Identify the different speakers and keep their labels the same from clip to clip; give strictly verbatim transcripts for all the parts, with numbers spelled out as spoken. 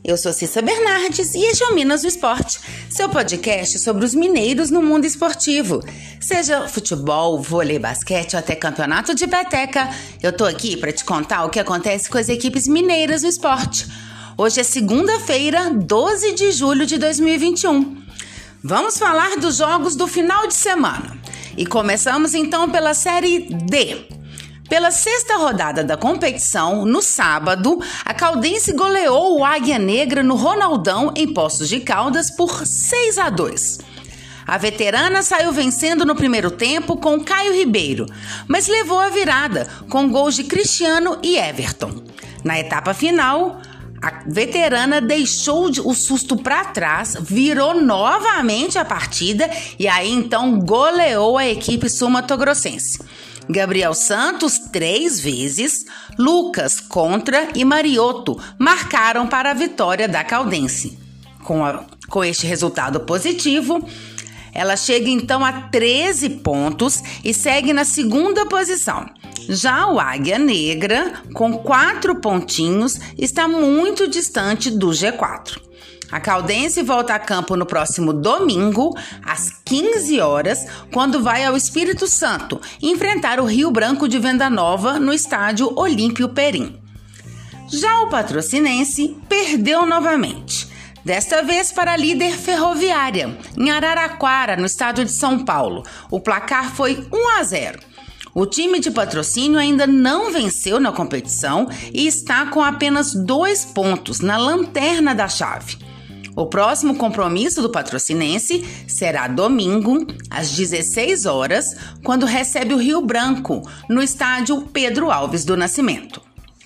Speaker 1: Eu sou Cissa Bernardes e este é o Minas do Esporte, seu podcast sobre os mineiros no mundo esportivo. Seja futebol, vôlei, basquete ou até campeonato de peteca, eu tô aqui para te contar o que acontece com as equipes mineiras do esporte. Hoje é segunda-feira, doze de julho de dois mil e vinte e um. Vamos falar dos jogos do final de semana. E começamos então pela Série D. Pela sexta rodada da competição, no sábado, a Caldense goleou o Águia Negra no Ronaldão, em Poços de Caldas, por seis a dois. A veterana saiu vencendo no primeiro tempo com Caio Ribeiro, mas levou a virada com gols de Cristiano e Everton. Na etapa final, a veterana deixou o susto para trás, virou novamente a partida e aí então goleou a equipe sul-mato-grossense. Gabriel Santos, três vezes, Lucas, Contra e Marioto marcaram para a vitória da Caldense. Com, a, com este resultado positivo, ela chega então a treze pontos e segue na segunda posição. Já o Águia Negra, com quatro pontinhos, está muito distante do G quatro. A Caldense volta a campo no próximo domingo, às quinze horas, quando vai ao Espírito Santo enfrentar o Rio Branco de Venda Nova no estádio Olímpio Perim. Já o Patrocinense perdeu novamente, desta vez para a líder Ferroviária, em Araraquara, no estado de São Paulo. O placar foi um a zero. O time de Patrocínio ainda não venceu na competição e está com apenas dois pontos na lanterna da chave. O próximo compromisso do Patrocinense será domingo, às dezesseis horas, quando recebe o Rio Branco, no estádio Pedro Alves do Nascimento.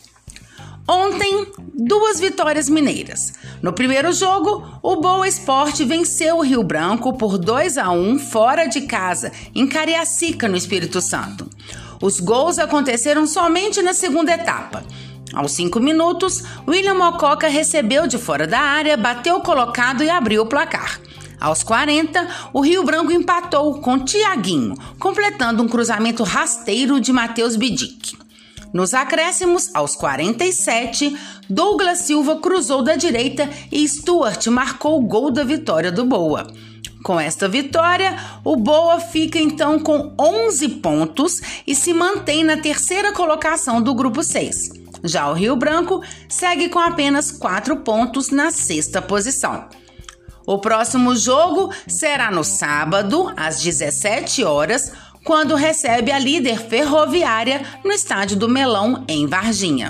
Speaker 1: Ontem, duas vitórias mineiras. No primeiro jogo, o Boa Esporte venceu o Rio Branco por dois a um fora de casa, em Cariacica, no Espírito Santo. Os gols aconteceram somente na segunda etapa. Aos cinco minutos, William Mococa recebeu de fora da área, bateu colocado e abriu o placar. Aos quarenta, o Rio Branco empatou com Tiaguinho, completando um cruzamento rasteiro de Matheus Bidic. Nos acréscimos, aos quarenta e sete, Douglas Silva cruzou da direita e Stuart marcou o gol da vitória do Boa. Com esta vitória, o Boa fica então com onze pontos e se mantém na terceira colocação do grupo seis. Já o Rio Branco segue com apenas quatro pontos na sexta posição. O próximo jogo será no sábado, às dezessete horas, quando recebe a líder Ferroviária no estádio do Melão, em Varginha.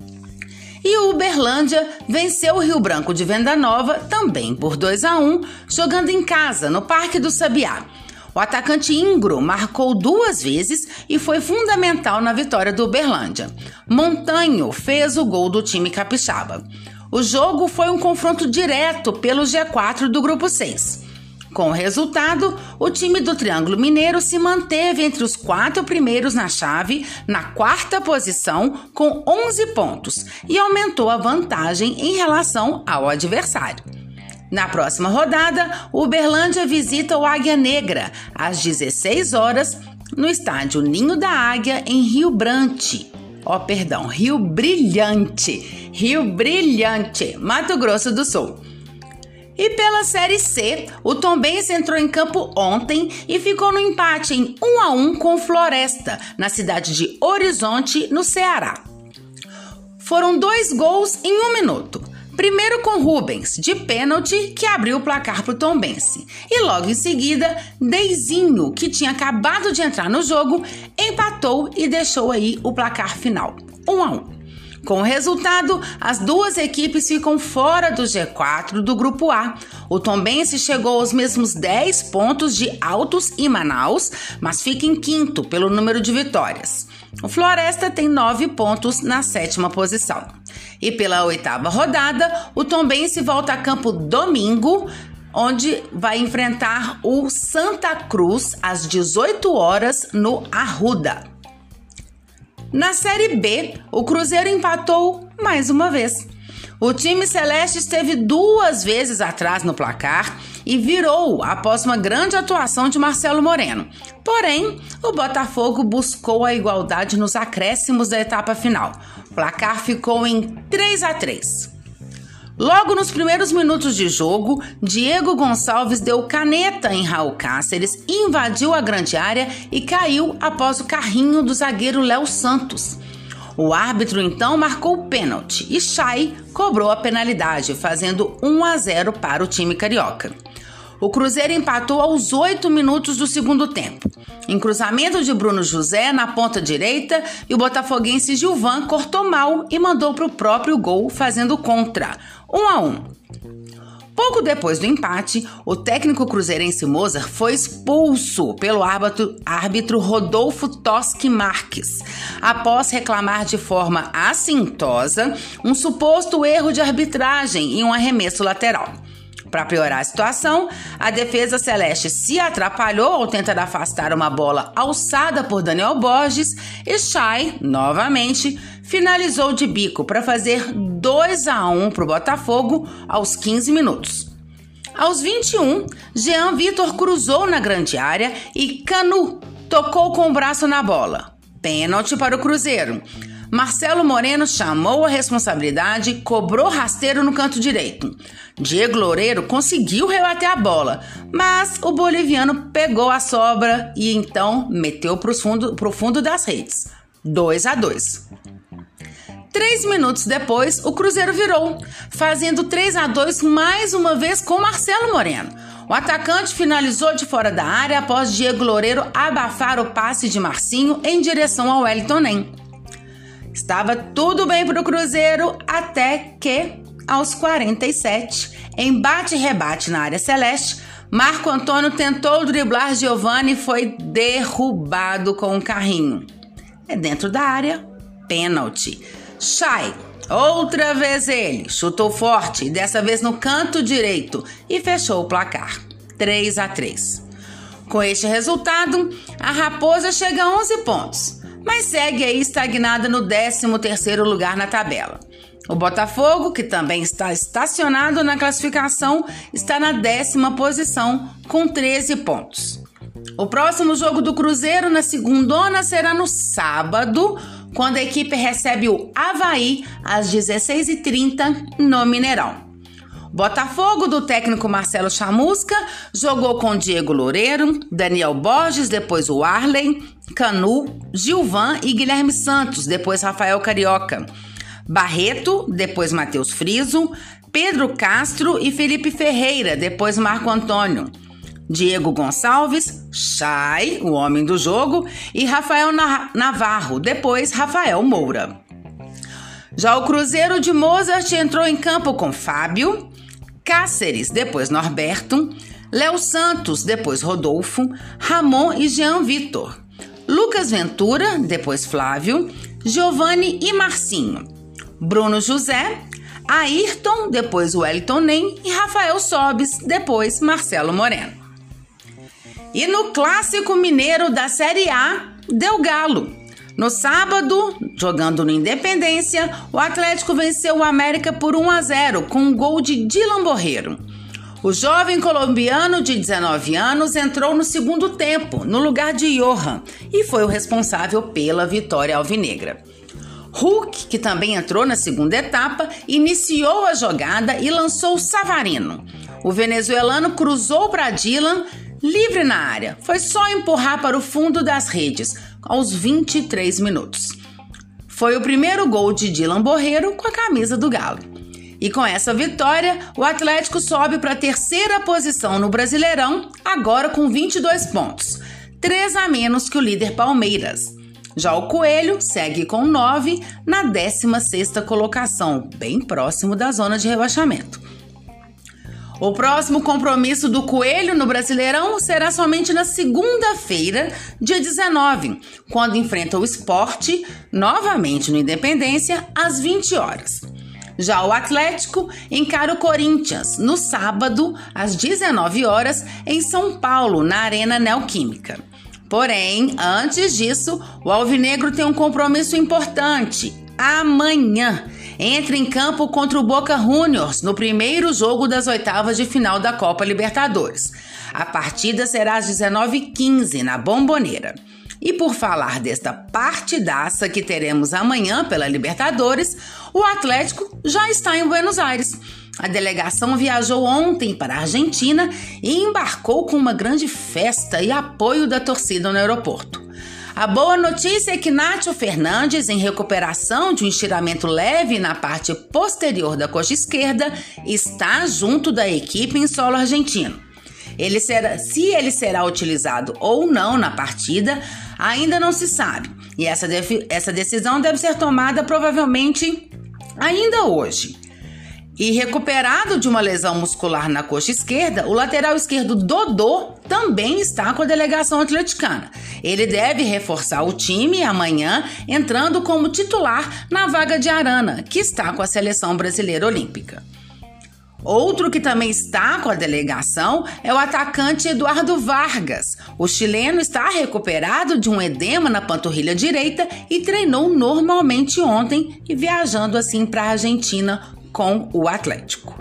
Speaker 1: E o Uberlândia venceu o Rio Branco de Venda Nova também por dois a um, jogando em casa, no Parque do Sabiá. O atacante Ingro marcou duas vezes e foi fundamental na vitória do Uberlândia. Montanho fez o gol do time capixaba. O jogo foi um confronto direto pelo G quatro do grupo seis. Com o resultado, o time do Triângulo Mineiro se manteve entre os quatro primeiros na chave, na quarta posição, com onze pontos, e aumentou a vantagem em relação ao adversário. Na próxima rodada, o Uberlândia visita o Águia Negra, às dezesseis horas, no estádio Ninho da Águia, em Rio Brante. Ó, oh, perdão, Rio Brilhante. Rio Brilhante, Mato Grosso do Sul. E pela Série C, o Tombense entrou em campo ontem e ficou no empate em um a um com o Floresta, na cidade de Horizonte, no Ceará. Foram dois gols em um minuto. Primeiro com Rubens, de pênalti, que abriu o placar para o Tombense. E logo em seguida, Deizinho, que tinha acabado de entrar no jogo, empatou e deixou aí o placar final, um a um. Com o resultado, as duas equipes ficam fora do G quatro do Grupo A. O Tombense chegou aos mesmos dez pontos de Altos e Manaus, mas fica em quinto pelo número de vitórias. O Floresta tem nove pontos na sétima posição. E pela oitava rodada, o Tombense volta a campo domingo, onde vai enfrentar o Santa Cruz às dezoito horas no Arruda. Na Série B, o Cruzeiro empatou mais uma vez. O time celeste esteve duas vezes atrás no placar e virou após uma grande atuação de Marcelo Moreno. Porém, o Botafogo buscou a igualdade nos acréscimos da etapa final. O placar ficou em três a três. Logo nos primeiros minutos de jogo, Diego Gonçalves deu caneta em Raul Cáceres, invadiu a grande área e caiu após o carrinho do zagueiro Léo Santos. O árbitro então marcou o pênalti e Chay cobrou a penalidade, fazendo um a zero para o time carioca. O Cruzeiro empatou aos oito minutos do segundo tempo, em cruzamento de Bruno José na ponta direita, e o botafoguense Gilvan cortou mal e mandou para o próprio gol, fazendo contra, um a um. Pouco depois do empate, o técnico cruzeirense Mozart foi expulso pelo árbitro, árbitro Rodolfo Toschi Marques, após reclamar de forma assintosa um suposto erro de arbitragem em um arremesso lateral. Para piorar a situação, a defesa celeste se atrapalhou ao tentar afastar uma bola alçada por Daniel Borges e Chay, novamente, finalizou de bico para fazer dois a um para o Botafogo aos quinze minutos. Aos vinte e um, Jean Vitor cruzou na grande área e Canu tocou com o braço na bola. Pênalti para o Cruzeiro. Marcelo Moreno chamou a responsabilidade e cobrou rasteiro no canto direito. Diego Loureiro conseguiu rebater a bola, mas o boliviano pegou a sobra e então meteu para o fundo, pro fundo das redes. dois a dois. Três minutos depois, o Cruzeiro virou, fazendo três a dois mais uma vez com Marcelo Moreno. O atacante finalizou de fora da área após Diego Loureiro abafar o passe de Marcinho em direção ao Wellington Nem. Estava tudo bem para o Cruzeiro até que, aos quarenta e sete, em bate-rebate na área celeste, Marco Antônio tentou driblar Giovani e foi derrubado com um carrinho. É dentro da área, pênalti. Chay, outra vez ele, chutou forte, dessa vez no canto direito, e fechou o placar, três a três. Com este resultado, a Raposa chega a onze pontos, mas segue aí estagnada no décimo terceiro lugar na tabela. O Botafogo, que também está estacionado na classificação, está na décima posição com treze pontos. O próximo jogo do Cruzeiro na segundona será no sábado, quando a equipe recebe o Avaí às dezesseis e trinta no Mineirão. Botafogo, do técnico Marcelo Chamusca, jogou com Diego Loureiro, Daniel Borges, depois o Arley, Canu, Gilvan e Guilherme Santos, depois Rafael Carioca, Barreto, depois Matheus Friso, Pedro Castro e Felipe Ferreira, depois Marco Antônio, Diego Gonçalves, Chay, o homem do jogo, e Rafael Navarro, depois Rafael Moura. Já o Cruzeiro de Mozart entrou em campo com Fábio, Cáceres, depois Norberto, Léo Santos, depois Rodolfo, Ramon e Jean Vitor, Lucas Ventura, depois Flávio, Giovani e Marcinho, Bruno José, Ayrton, depois Wellington Nem e Rafael Sobis, depois Marcelo Moreno. E no Clássico Mineiro da Série A, deu galo. No sábado, jogando no Independência, o Atlético venceu o América por um a zero com um gol de Dylan Borreiro. O jovem colombiano de dezenove anos entrou no segundo tempo, no lugar de Johan, e foi o responsável pela vitória alvinegra. Hulk, que também entrou na segunda etapa, iniciou a jogada e lançou Savarino. O venezuelano cruzou para Dylan, livre na área. Foi só empurrar para o fundo das redes, aos vinte e três minutos. Foi o primeiro gol de Dylan Borreiro com a camisa do Galo. E com essa vitória, o Atlético sobe para a terceira posição no Brasileirão, agora com vinte e dois pontos, três a menos que o líder Palmeiras. Já o Coelho segue com nove na décima sexta colocação, bem próximo da zona de rebaixamento. O próximo compromisso do Coelho no Brasileirão será somente na segunda-feira, dia dezenove, quando enfrenta o Sport, novamente no Independência, às vinte horas. Já o Atlético encara o Corinthians no sábado, às dezenove horas, em São Paulo, na Arena Neoquímica. Porém, antes disso, o alvinegro tem um compromisso importante. Amanhã, entra em campo contra o Boca Juniors no primeiro jogo das oitavas de final da Copa Libertadores. A partida será às dezenove e quinze na Bombonera. E por falar desta partidaça que teremos amanhã pela Libertadores, o Atlético já está em Buenos Aires. A delegação viajou ontem para a Argentina e embarcou com uma grande festa e apoio da torcida no aeroporto. A boa notícia é que Nátio Fernandes, em recuperação de um estiramento leve na parte posterior da coxa esquerda, está junto da equipe em solo argentino. Ele será, se ele será utilizado ou não na partida, ainda não se sabe. E essa, def, essa decisão deve ser tomada provavelmente ainda hoje. E recuperado de uma lesão muscular na coxa esquerda, o lateral esquerdo Dodô também está com a delegação atleticana. Ele deve reforçar o time amanhã, entrando como titular na vaga de Arana, que está com a seleção brasileira olímpica. Outro que também está com a delegação é o atacante Eduardo Vargas. O chileno está recuperado de um edema na panturrilha direita e treinou normalmente ontem e viajando assim para a Argentina com o Atlético.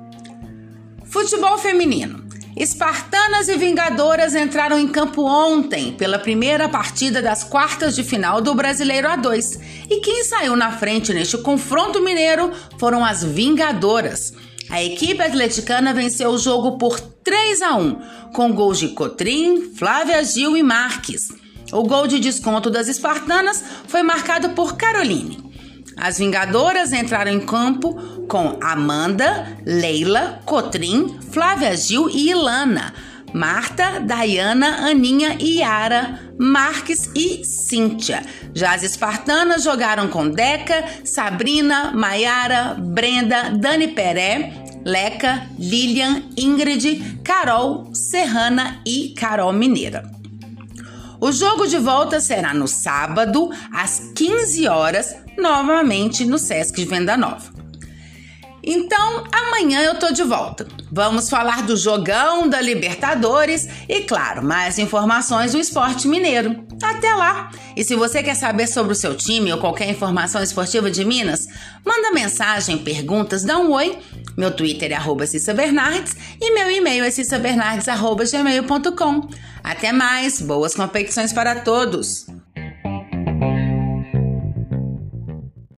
Speaker 1: Futebol feminino. Espartanas e Vingadoras entraram em campo ontem pela primeira partida das quartas de final do Brasileiro A dois. E quem saiu na frente neste confronto mineiro foram as Vingadoras. A equipe atleticana venceu o jogo por três a um, com gols de Cotrim, Flávia Gil e Marques. O gol de desconto das espartanas foi marcado por Caroline. As Vingadoras entraram em campo com Amanda, Leila, Cotrim, Flávia Gil e Ilana, Marta, Dayana, Aninha, Yara, Marques e Cíntia. Já as espartanas jogaram com Deca, Sabrina, Maiara, Brenda, Dani Peré, Leca, Lilian, Ingrid, Carol, Serrana e Carol Mineira. O jogo de volta será no sábado, às quinze horas, novamente no Sesc Venda Nova. Então, amanhã eu tô de volta. Vamos falar do jogão da Libertadores e, claro, mais informações do esporte mineiro. Até lá! E se você quer saber sobre o seu time ou qualquer informação esportiva de Minas, manda mensagem, perguntas, dá um oi. Meu Twitter é arroba Cissa Bernardes e meu e-mail é cissabernardes arroba gmail ponto com. Até mais! Boas competições para todos!